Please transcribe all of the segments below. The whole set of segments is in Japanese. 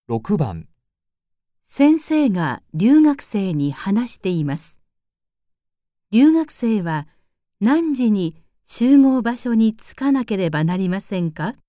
6番。 先生が留学生に話しています。留学生は何時に集合場所に着かなければなりませんか？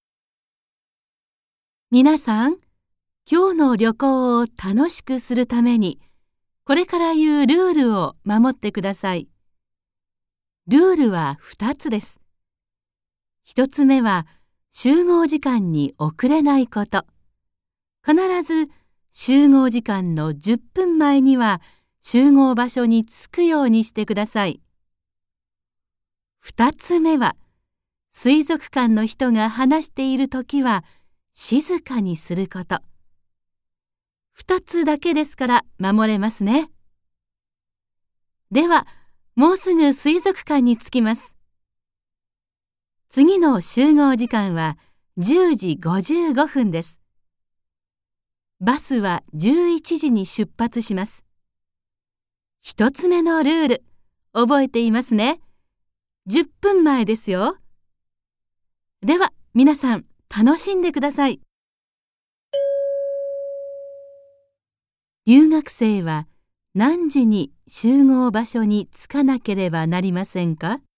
皆さん、今日の旅行を楽しくするために、これから言うルールを守ってください。ルールは2つです。1つ目は、集合時間に遅れないこと。必ず集合時間の10分前には集合場所に着くようにしてください。2つ目は、水族館の人が話しているときは静かにすること。2つだけですから守れますね。では、もうすぐ水族館に着きます。次の集合時間は10時55分です。バスは11時に出発します。1つ目のルール、覚えていますね。10分前ですよ。では、皆さん、楽しんでください。留学生は何時に集合場所に着かなければなりませんか？